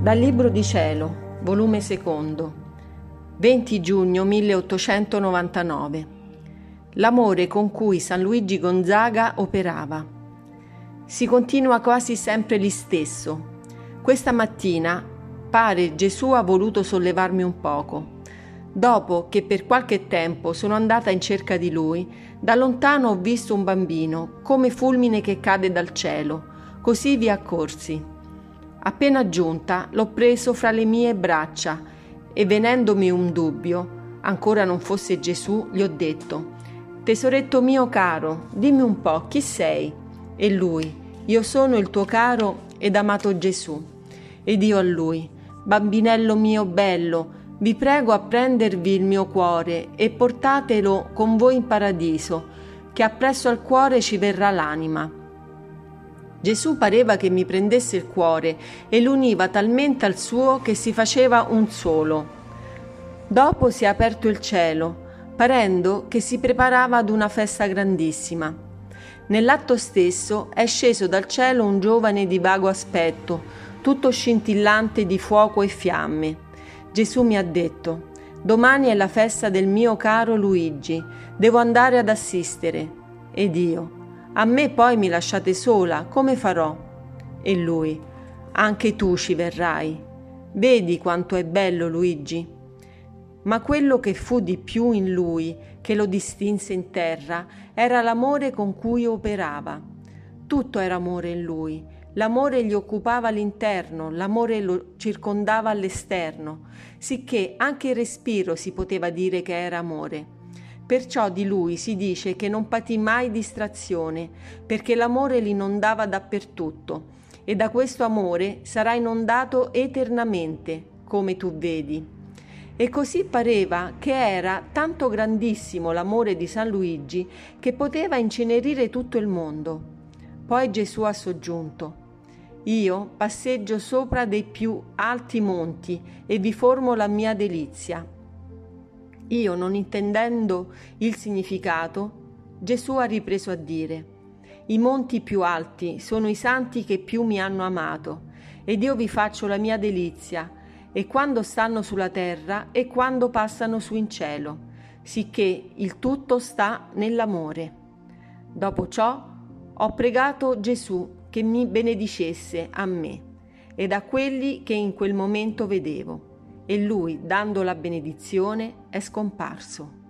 Dal Libro di Cielo, volume 2, 20 giugno 1899. L'amore con cui San Luigi Gonzaga operava. Si continua quasi sempre lì stesso. Questa mattina pare Gesù ha voluto sollevarmi un poco. Dopo che per qualche tempo sono andata in cerca di lui, da lontano ho visto un bambino, come fulmine che cade dal cielo, così vi accorsi. Appena giunta l'ho preso fra le mie braccia e venendomi un dubbio, ancora non fosse Gesù, gli ho detto: «Tesoretto mio caro, dimmi un po', chi sei?» E lui: «Io sono il tuo caro ed amato Gesù». Ed io a lui: «Bambinello mio bello, vi prego a prendervi il mio cuore e portatelo con voi in paradiso, che appresso al cuore ci verrà l'anima». Gesù pareva che mi prendesse il cuore e l'univa talmente al suo che si faceva un solo. Dopo si è aperto il cielo, parendo che si preparava ad una festa grandissima. Nell'atto stesso è sceso dal cielo un giovane di vago aspetto, tutto scintillante di fuoco e fiamme. Gesù mi ha detto: «Domani è la festa del mio caro Luigi, devo andare ad assistere». Ed io: «A me poi mi lasciate sola, come farò?» E lui: «Anche tu ci verrai. Vedi quanto è bello Luigi?» Ma quello che fu di più in lui, che lo distinse in terra, era l'amore con cui operava. Tutto era amore in lui. L'amore gli occupava l'interno, l'amore lo circondava all'esterno, sicché anche il respiro si poteva dire che era amore. Perciò di lui si dice che non patì mai distrazione, perché l'amore l'inondava dappertutto, e da questo amore sarà inondato eternamente, come tu vedi. E così pareva che era tanto grandissimo l'amore di San Luigi che poteva incenerire tutto il mondo. Poi Gesù ha soggiunto: «Io passeggio sopra dei più alti monti e vi formo la mia delizia». Io, non intendendo il significato, Gesù ha ripreso a dire: «I monti più alti sono i santi che più mi hanno amato, ed io vi faccio la mia delizia, e quando stanno sulla terra e quando passano su in cielo, sicché il tutto sta nell'amore». Dopo ciò ho pregato Gesù che mi benedicesse a me ed a quelli che in quel momento vedevo, e lui, dando la benedizione, è scomparso.